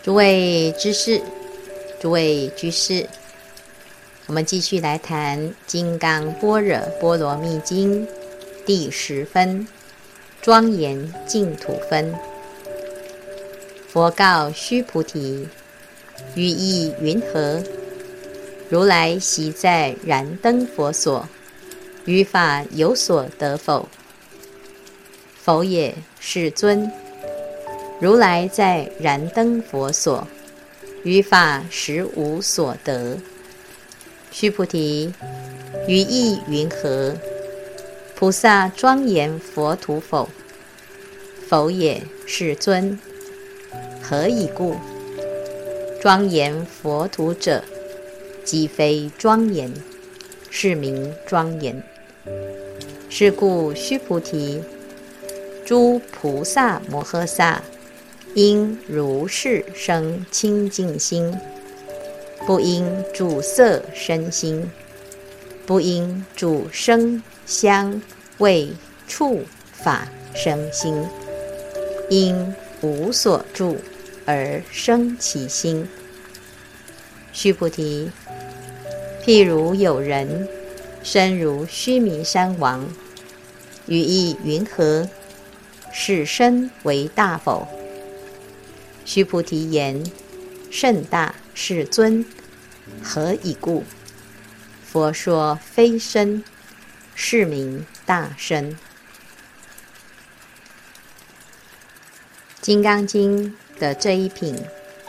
诸位知士，诸位居士，我们继续来谈《金刚般若波罗蜜经》第10分，庄严净土分。佛告须菩提：于意云何？如来昔在燃灯佛所，于法有所得否？否也，世尊。如来在燃灯佛所，于法实无所得。须菩提，于意云何？菩萨庄严佛土否？否也，世尊。何以故？庄严佛土者，即非庄严，是名庄严。是故须菩提，诸菩萨摩诃萨应如是生清净心，不应住色身心，不应住声香味触法生心，因无所住而生其心。须菩提，譬如有人身如须弥山王，于意云何？是身为大否？须菩提言：甚大，世尊。何以故？佛说非身，是名大身。金刚经的这一品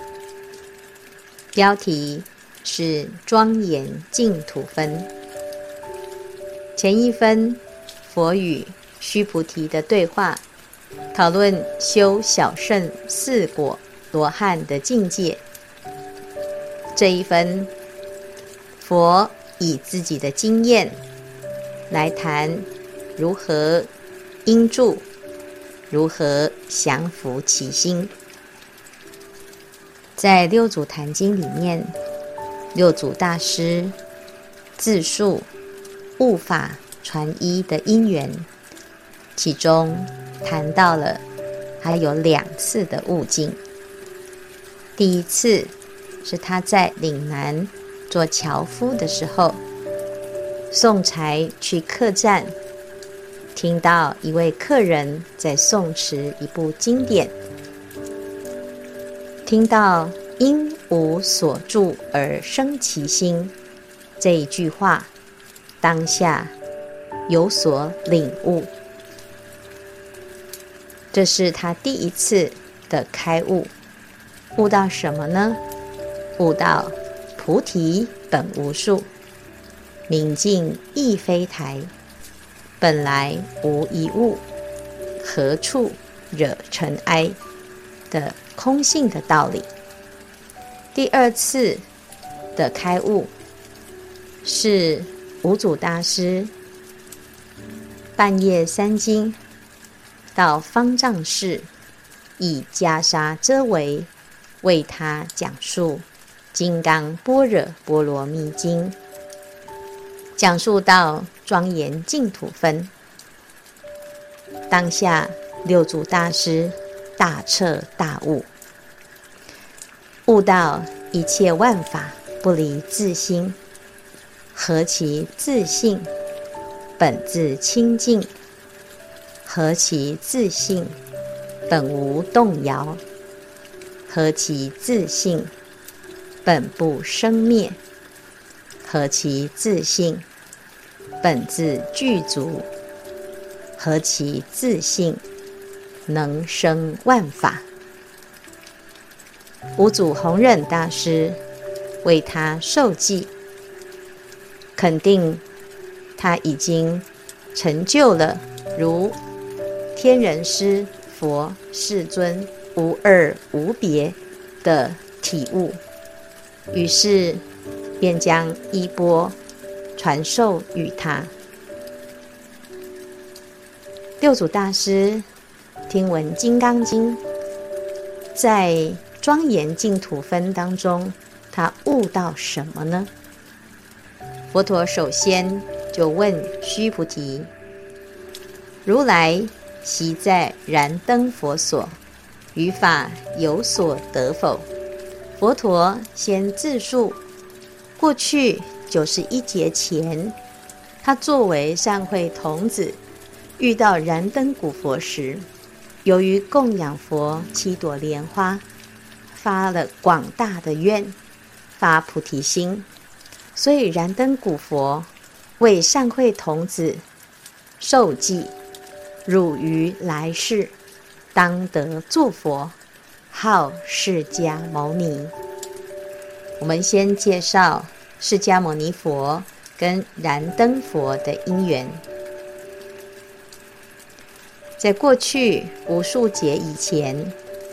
标题是庄严净土分。前一分佛与须菩提的对话，讨论修小乘四果罗汉的境界。这一分佛以自己的经验来谈如何应住，如何降伏其心。在六祖坛经里面，六祖大师自述悟法传一的因缘，其中谈到了还有2次的悟境。第一次是他在岭南做樵夫的时候，送柴去客栈，听到一位客人在诵持一部经典，听到因无所住而生其心这一句话，当下有所领悟。这是他第一次的开悟。悟到什么呢？悟到菩提本无树，明镜亦非台，本来无一物，何处惹尘埃的空性的道理。第2次的开悟是五祖大师半夜3更到方丈室，以袈裟遮围，为他讲述《金刚般若波罗蜜经》，讲述到庄严净土分。当下六祖大师大彻大悟，悟到一切万法不离自心，何其自性，本自清净，何其自性，本无动摇，何其自性，本不生灭，何其自性，本自具足，何其自性，能生万法。五祖弘忍大师为他授记，肯定他已经成就了如天人师、佛、世尊无二无别的体悟，于是便将衣钵传授与他。六祖大师听闻《金刚经》，在庄严净土分当中，他悟到什么呢？佛陀首先就问须菩提：如来昔在燃灯佛所，于法有所得否？ 佛陀先自述，过去91劫前，他作为善慧童子，遇到燃灯古佛时，由于供养佛7朵莲花，发了广大的愿，发菩提心，所以燃灯古佛为善慧童子受记，汝于来世当得作佛，号释迦牟尼。我们先介绍释迦牟尼佛跟燃灯佛的因缘。在过去无数劫以前，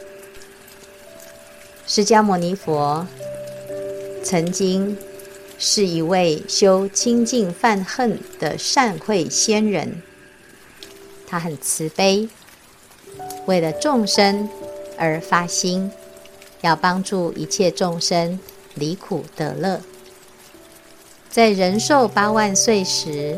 释迦牟尼佛曾经是一位修清净犯恨的善慧仙人，他很慈悲，为了众生而发心，要帮助一切众生离苦得乐。在人寿8万岁时，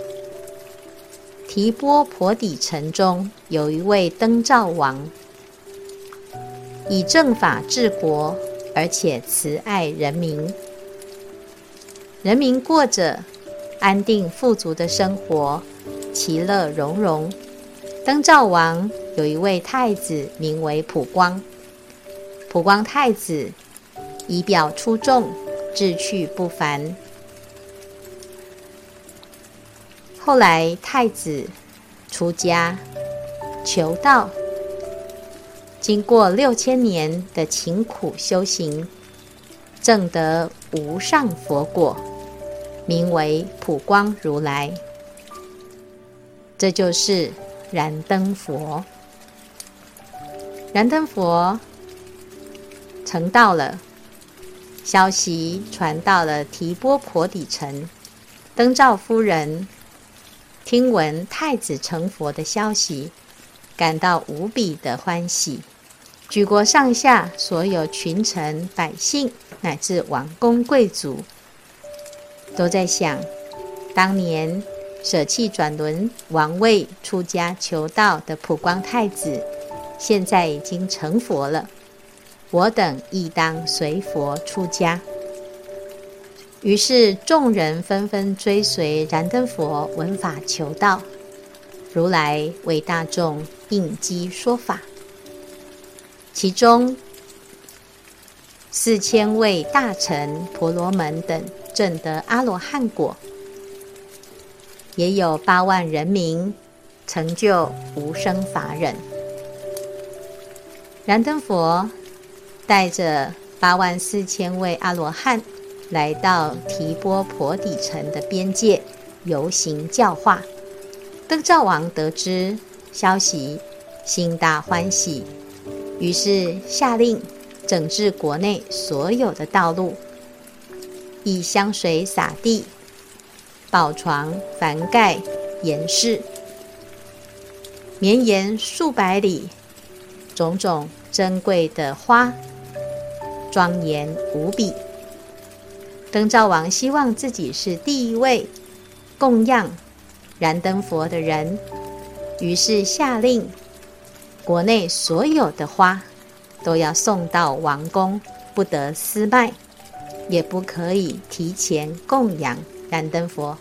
提波婆底城中有一位灯照王，以正法治国，而且慈爱人民，人民过着安定富足的生活，其乐融融。灯照王有一位太子，名为普光。普光太子仪表出众，志趣不凡。后来太子出家求道，经过6000年的勤苦修行，证得无上佛果，名为普光如来。这就是燃灯佛。燃灯佛成道了，消息传到了提波婆底城。灯照夫人听闻太子成佛的消息，感到无比的欢喜。举国上下所有群臣百姓乃至王公贵族都在想，当年舍弃转轮王位出家求道的普光太子，现在已经成佛了，我等亦当随佛出家。于是众人纷纷追随燃灯佛闻法求道，如来为大众应机说法。其中4000位大臣婆罗门等证得阿罗汉果，也有8万人民成就无生法忍。燃灯佛带着84000位阿罗汉来到提波婆底城的边界游行教化。灯照王得知消息，心大欢喜，于是下令整治国内所有的道路，以香水洒地，宝床幡盖严饰，绵延数百里，种种珍贵的花，庄严无比。灯照王希望自己是第一位供养燃灯佛的人，于是下令国内所有的花都要送到王宫，不得私卖，也不可以提前供养燃灯佛。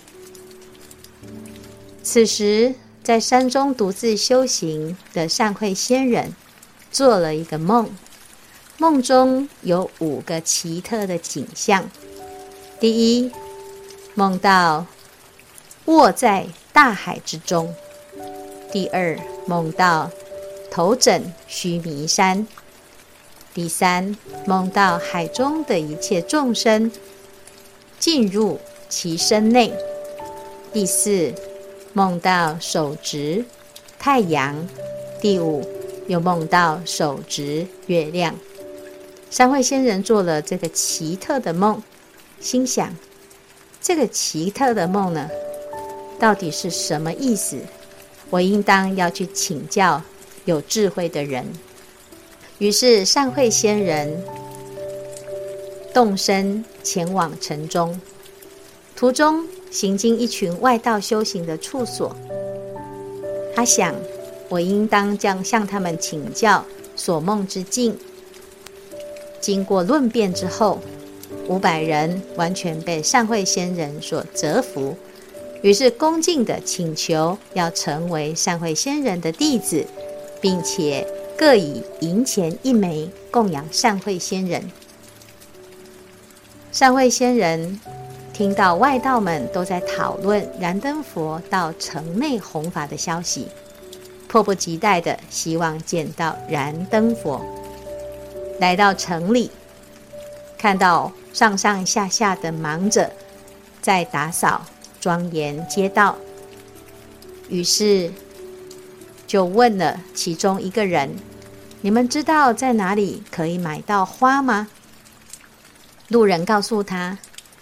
此时在山中独自修行的善慧仙人做了一个梦，梦中有5个奇特的景象。第一，梦到卧在大海之中；第二，梦到头枕须弥山；第三，梦到海中的一切众生进入其身内；第四，梦到手执太阳；第五，又梦到手执月亮。善慧仙人做了这个奇特的梦，心想，这个奇特的梦呢，到底是什么意思？我应当要去请教有智慧的人。于是善慧仙人动身前往城中，途中行经一群外道修行的处所，他想，我应当向他们请教所梦之境。 经过论辩之后，500人完全被善慧仙人所折服，于是恭敬地请求要成为善慧仙人的弟子，并且各以银钱1枚供养善慧仙人。善慧仙人听到外道们都在讨论燃灯佛到城内弘法的消息，迫不及待地希望见到燃灯佛。来到城里，看到上上下下的忙着在打扫庄严街道，于是就问了其中一个人：你们知道在哪里可以买到花吗？路人告诉他，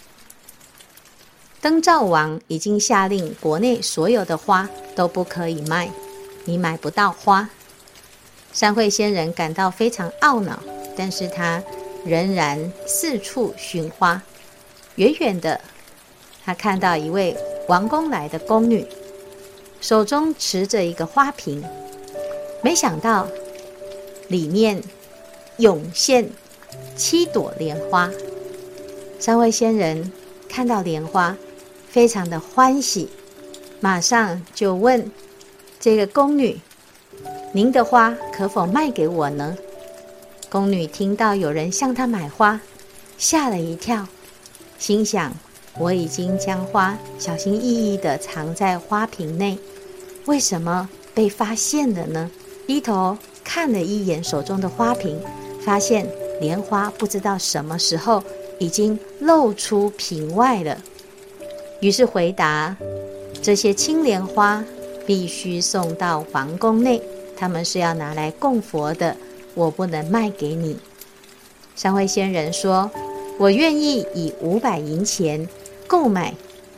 灯照王已经下令国内所有的花都不可以卖，你买不到花。善慧仙人感到非常懊恼，但是他仍然四处寻花。远远的，他看到一位王宫来的宫女，手中持着一个花瓶，没想到里面涌现7朵莲花。善慧仙人看到莲花非常的欢喜，马上就问这个宫女：您的花可否卖给我呢？宫女听到有人向她买花，吓了一跳，心想：我已经将花小心翼翼地藏在花瓶内，为什么被发现了呢？低头看了一眼手中的花瓶，发现莲花不知道什么时候已经露出瓶外了，于是回答：这些青莲花必须送到王宫内，他们是要拿来供佛的，我不能卖给你。善慧仙人说：我愿意以500银钱购买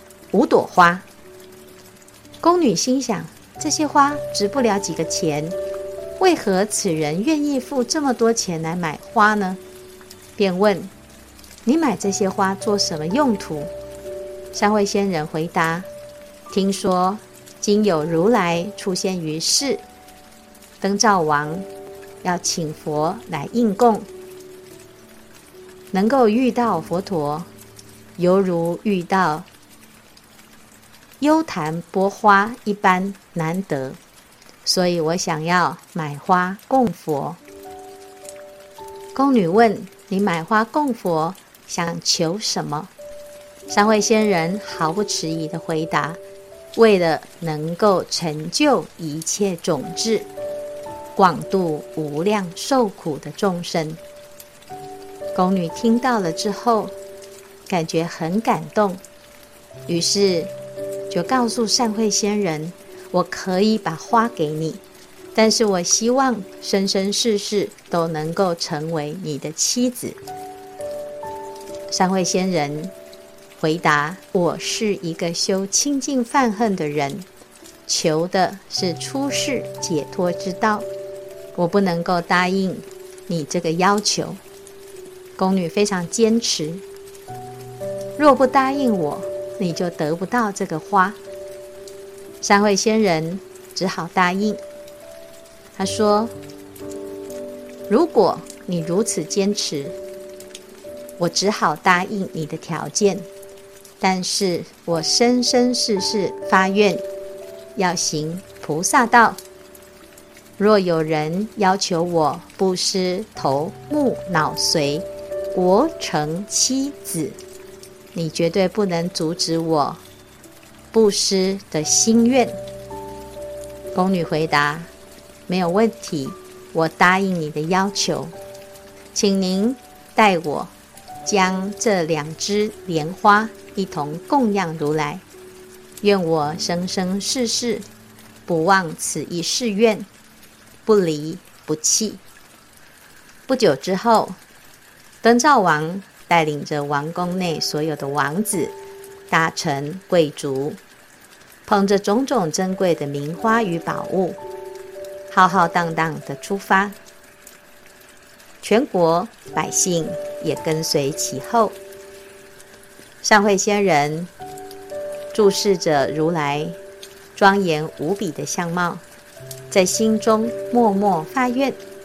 5朵花。宫女心想，这些花值不了几个钱，为何此人愿意付这么多钱来买花呢？便问：你买这些花做什么用途？善慧仙人回答：听说今有如来出现于世，灯照王要请佛来应供，能够遇到佛陀，犹如遇到幽檀波花一般难得，所以我想要买花供佛。宫女问：你买花供佛想求什么？善慧仙人毫不迟疑地回答：为了能够成就一切种智，广度无量受苦的众生。宫女听到了之后，感觉很感动，于是就告诉善慧仙人：我可以把花给你，但是我希望生生世世都能够成为你的妻子。善慧仙人回答：我是一个修清净犯恨的人，求的是出世解脱之道，我不能够答应你这个要求。宫女非常坚持，若不答应我，你就得不到这个花。善慧仙人只好答应。他说：如果你如此坚持，我只好答应你的条件，但是我生生世世发愿要行菩萨道，若有人要求我布施头目脑髓国城妻子，你绝对不能阻止我布施的心愿。宫女回答：没有问题，我答应你的要求，请您带我将这2枝莲花一同供养如来，愿我生生世世不忘此一誓愿，不离不弃。不久之后，灯照王带领着王宫内所有的王子、大臣、贵族，捧着种种珍贵的名花与宝物，浩浩荡荡地出发。全国百姓也跟随其后。善慧仙人注视着如来庄严无比的相貌，在心中默默发愿：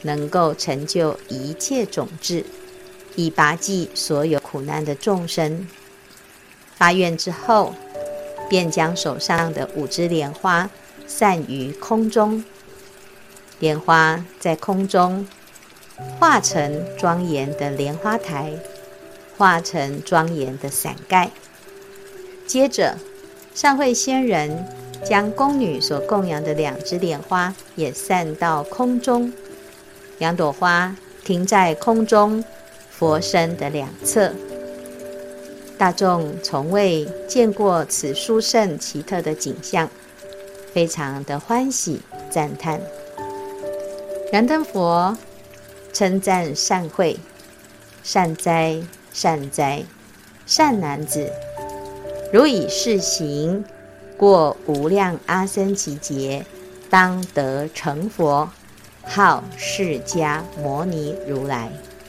能够成就一切种智，以拔济所有苦难的众生。发愿之后，便将手上的5支莲花散于空中，莲花在空中化成庄严的莲花台，化成庄严的伞盖。接着上惠仙人将宫女所供养的2支莲花也散到空中，2朵花停在空中佛身的2侧。大众从未见过此殊胜奇特的景象，非常的欢喜赞叹。燃灯佛称赞善慧，善哉善哉，善男子，如以是行，过无量阿僧祇劫，当得成佛，号释迦牟尼如来。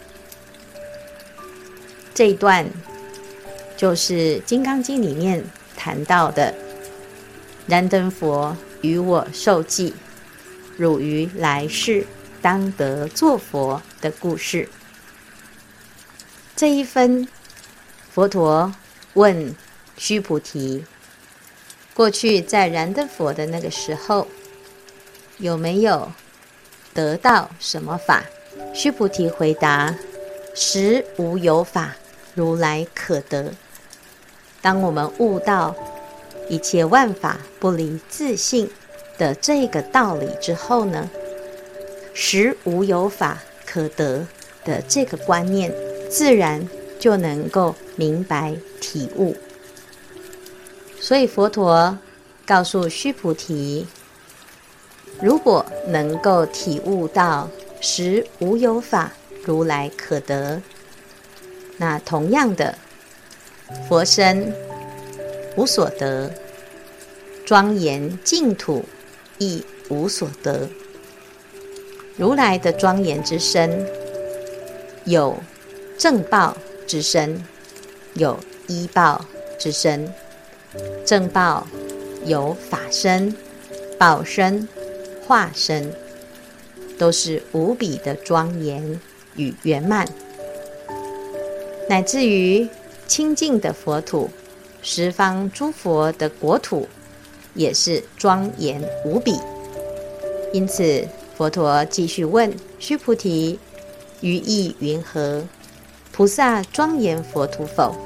这一段就是《金刚经》里面谈到的燃灯佛与我受记，汝于来世当得作佛的故事。这一分，佛陀问须菩提，过去在燃灯佛的那个时候，有没有得到什么法？须菩提回答：实无有法如来可得。当我们悟到一切万法不离自性的这个道理之后呢，实无有法可得的这个观念，自然就能够明白体悟。所以佛陀告诉须菩提，如果能够体悟到实无有法如来可得，那同样的，佛身无所得，庄严净土亦无所得。如来的庄严之身，有正报之身，有依报之身。正报有法身、报身、化身，都是无比的庄严与圆满，乃至于清净的佛土，十方诸佛的国土也是庄严无比。因此佛陀继续问须菩提，于意云何？菩萨庄严佛土否？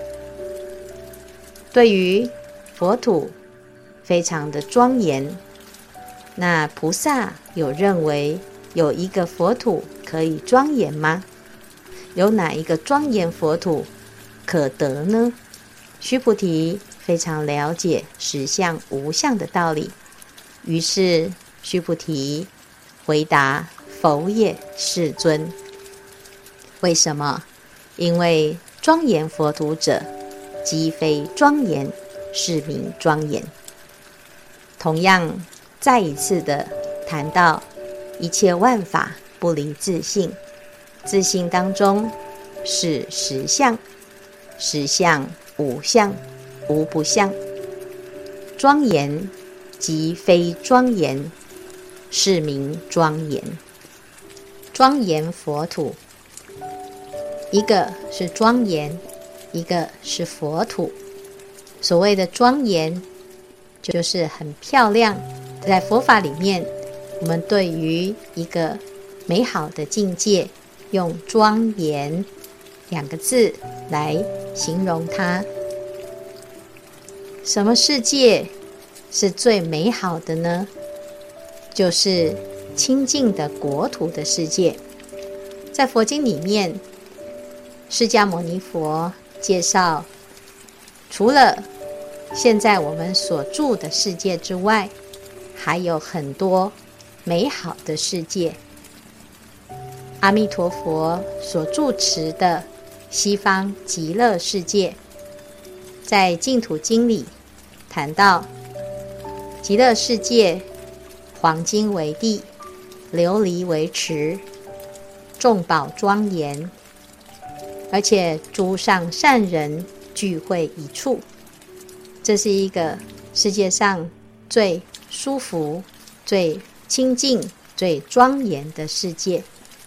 对于佛土非常的庄严，那菩萨有认为有一个佛土可以庄严吗？有哪一个庄严佛土可得呢？须菩提非常了解实相无相的道理，于是须菩提回答：否也，世尊。为什么？因为庄严佛土者，即非庄严，是名庄严。同样再一次的谈到一切万法不离自性，自性当中是实相，实相无相，无不相。庄严即非庄严，是名庄严。庄严佛土，一个是庄严，一个是佛土。所谓的庄严，就是很漂亮。在佛法里面，我们对于一个美好的境界，用庄严2个字来形容它。什么世界是最美好的呢？就是清净的国土的世界。在佛经里面，释迦牟尼佛介绍，除了现在我们所住的世界之外，还有很多美好的世界。阿弥陀佛所住持的西方极乐世界，在净土经里谈到，极乐世界黄金为地，琉璃为池，众宝庄严，而且诸上善人聚会一处。这是一个世界上最舒服、最清净、 最庄严的世界。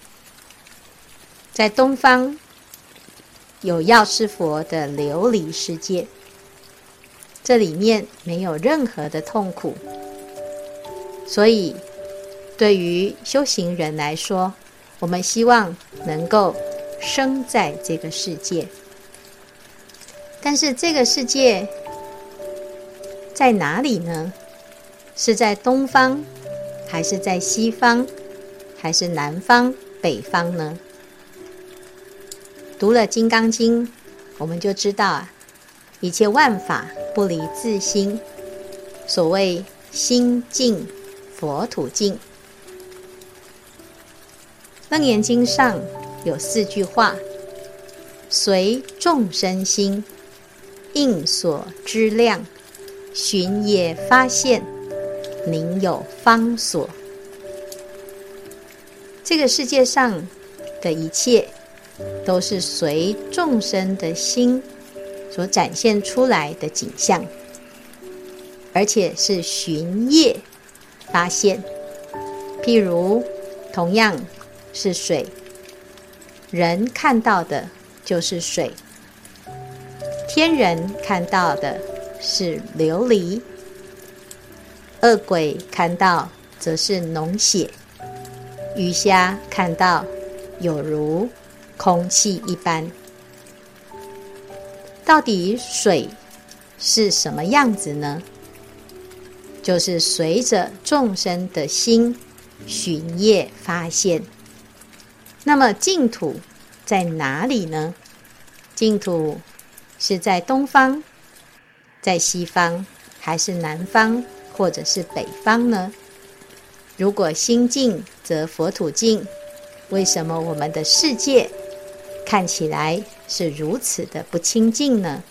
在东方有药师佛的琉璃世界，这里面没有任何的痛苦，所以对于修行人来说，我们希望能够生在这个世界。但是这个世界在哪里呢？是在东方，还是在西方，还是南方、北方呢？读了《金刚经》，我们就知道一切万法不离自心，所谓心净佛土净。楞严经上有4句话：随众生心，应所知量，寻业发现，宁有方所。这个世界上的一切都是随众生的心所展现出来的景象，而且是寻业发现。譬如同样是水，人看到的就是水，天人看到的是琉璃，恶鬼看到则是脓血，鱼虾看到有如空气一般。到底水是什么样子呢？就是随着众生的心寻业发现。那么净土在哪里呢？净土是在东方，在西方，还是南方，或者是北方呢？如果心净则佛土净，为什么我们的世界看起来是如此的不清净呢？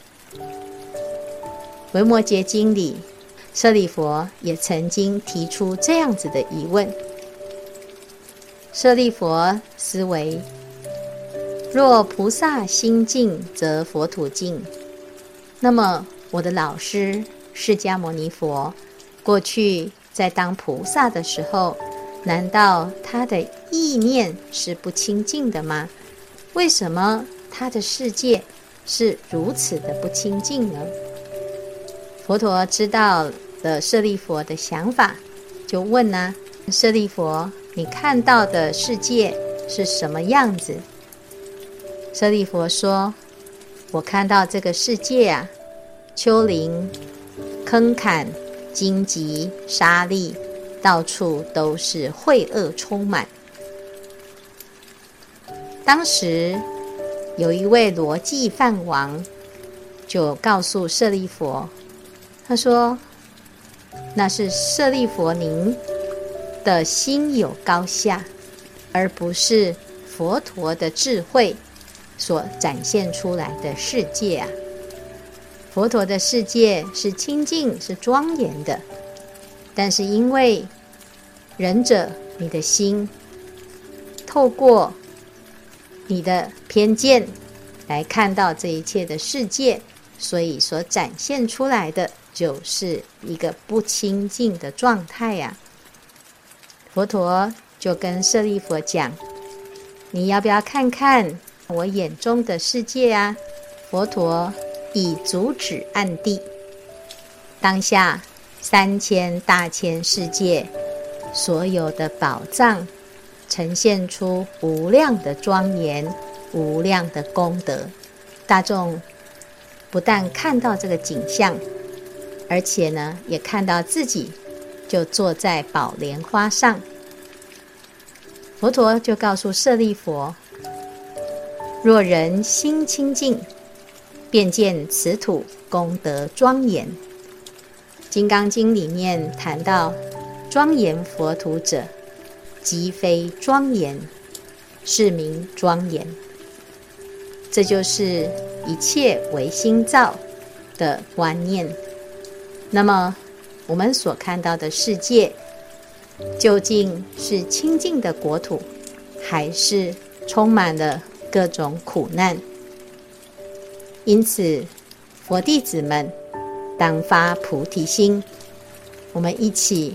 维摩诘经里，舍利弗也曾经提出这样子的疑问。舍利弗思维，若菩萨心净则佛土净，那么我的老师释迦牟尼佛过去在当菩萨的时候，难道他的意念是不清净的吗？为什么他的世界是如此的不清净呢？佛陀知道了舍利弗的想法，就问舍利弗，你看到的世界是什么样子？舍利弗说，我看到这个世界丘陵、坑坎、荆棘、沙砾，到处都是秽恶充满。当时有一位罗辑梵王就告诉舍利弗，他说，那是舍利弗您的心有高下，而不是佛陀的智慧所展现出来的世界佛陀的世界是清净，是庄严的，但是因为仁者你的心透过你的偏见来看到这一切的世界，所以所展现出来的就是一个不清净的状态佛陀就跟舍利弗讲，你要不要看看我眼中的世界佛陀以足指按地，当下3000大千世界所有的宝藏呈现出无量的庄严，无量的功德。大众不但看到这个景象，而且呢，也看到自己就坐在宝莲花上。佛陀就告诉舍利弗，若人心清净，便见此土功德庄严。金刚经里面谈到，庄严佛土者，即非庄严，是名庄严。这就是一切唯心造的观念。那么我们所看到的世界，究竟是清净的国土，还是充满了各种苦难？因此佛弟子们当发菩提心，我们一起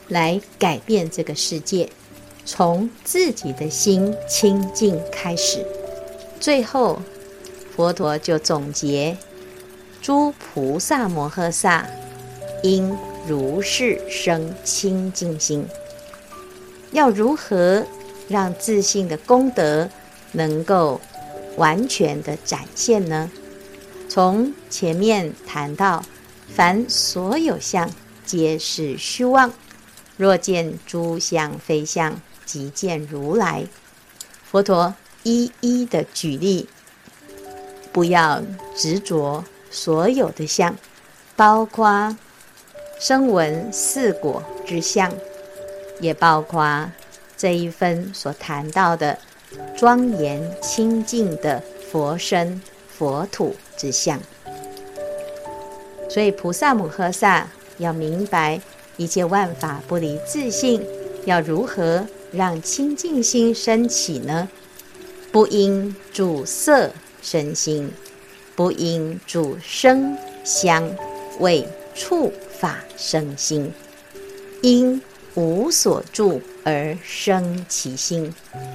来改变这个世界，从自己的心清净开始。最后佛陀就总结，诸菩萨摩诃萨应如是生清净心。要如何让自信的功德能够完全的展现呢？从前面谈到，凡所有相皆是虚妄，若见诸相非相，即见如来。佛陀一一的举例，不要执着所有的相，包括声闻四果之相，也包括这一分所谈到的庄严清净的佛身佛土之相。所以菩萨摩诃萨要明白，一切万法不离自性，要如何让清净心升起呢？不应住色身心，不应住声香味触法生心，因无所住而生其心。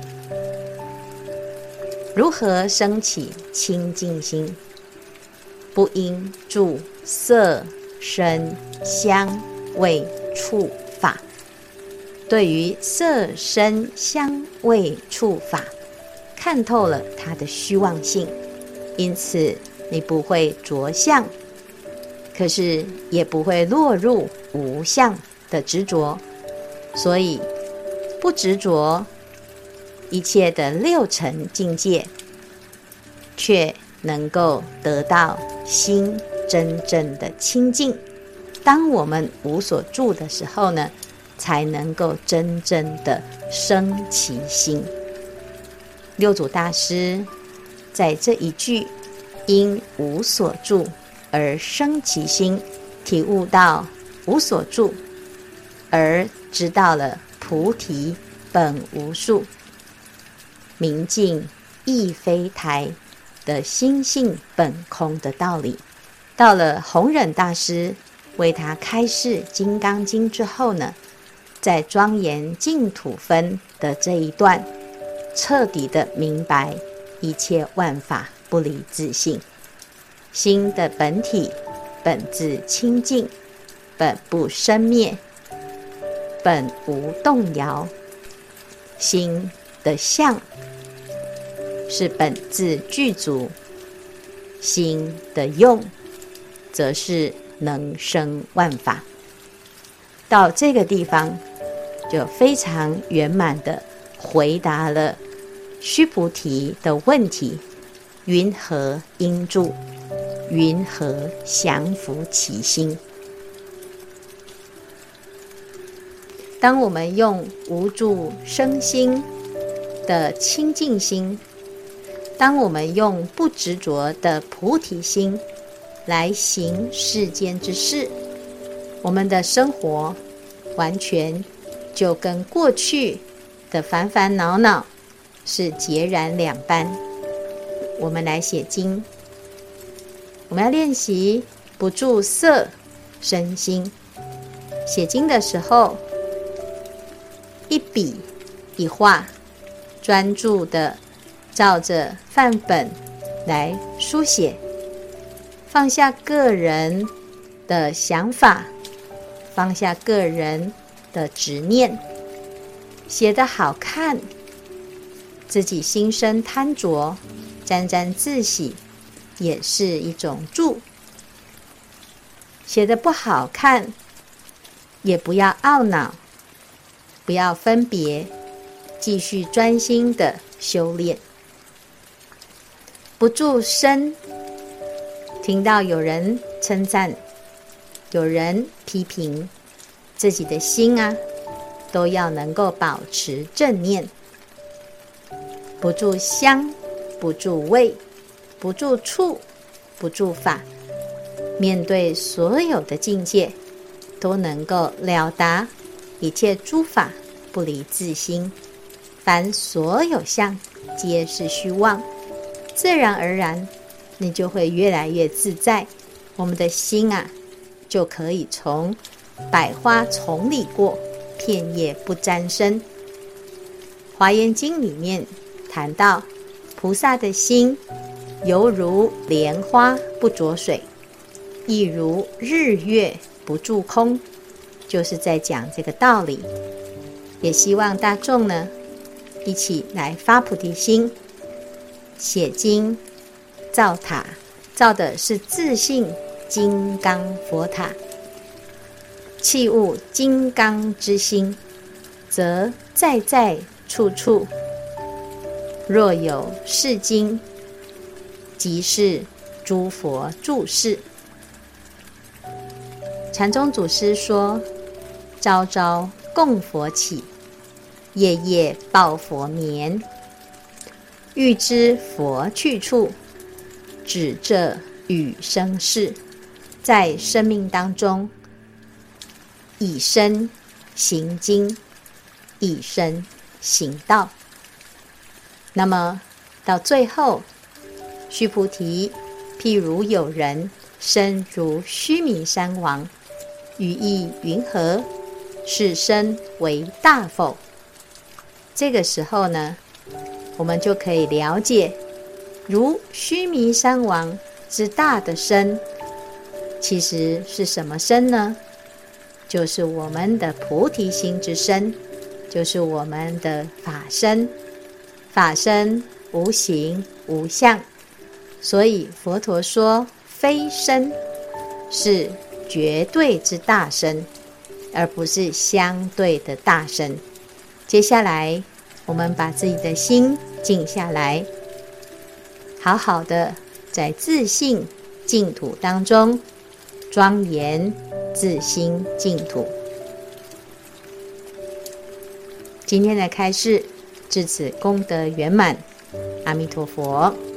如何升起清净心？不应住色声香味触法。对于色声香味触法看透了它的虚妄性，因此你不会着相，可是也不会落入无相的执着。所以不执着一切的六尘境界，却能够得到心真正的清净。当我们无所住的时候呢，才能够真正的生其心。六祖大师在这一句因无所住而生其心，体悟到无所住，而知道了菩提本无树，明镜亦非台的心性本空的道理。到了弘忍大师为他开示《金刚经》之后呢，在庄严净土分的这一段，彻底的明白一切万法不离自性，心的本体本自清净，本不生灭，本无动摇。心的相是本自具足，心的用则是能生万法。到这个地方就非常圆满的回答了须菩提的问题：云何应住？云何降伏其心？当我们用无住生心的清净心，当我们用不执着的菩提心来行世间之事，我们的生活完全就跟过去的烦烦恼恼是截然两般。我们来写经，我们要练习不住色身心。写经的时候，一笔一画，专注的照着范本来书写，放下个人的想法，放下个人的执念，写得好看，自己心生贪着，沾沾自喜，也是一种住。写得不好看，也不要懊恼，不要分别，继续专心的修炼。不住声，听到有人称赞，有人批评，自己的心都要能够保持正念。不住香，不住味，不住触，不住法，面对所有的境界，都能够了达一切诸法不离自心，凡所有相皆是虚妄，自然而然你就会越来越自在。我们的心就可以从百花丛里过， 片叶不沾身。华严经里面谈到菩萨的心犹如莲花不着水，亦如日月不住空，就是在讲这个道理。也希望大众呢一起来发菩提心，写经造塔，造的是自信金刚佛塔。契悟金刚之心，则在在处处若有是经，即是诸佛住世。禅宗祖师说，朝朝供佛起，夜夜抱佛眠。欲知佛去处，只这与生事。在生命当中，以身行经，以身行道。那么到最后，须菩提，譬如有人身如须弥山王，语意云何？是身为大否？这个时候呢，我们就可以了解，如须弥山王之大的身，其实是什么身呢？就是我们的菩提心之身，就是我们的法身。法身无形无相，所以佛陀说非身，是绝对之大身，而不是相对的大身。接下来我们把自己的心静下来，好好的在自性净土当中庄严自心净土。今天的开示至此功德圆满，阿弥陀佛。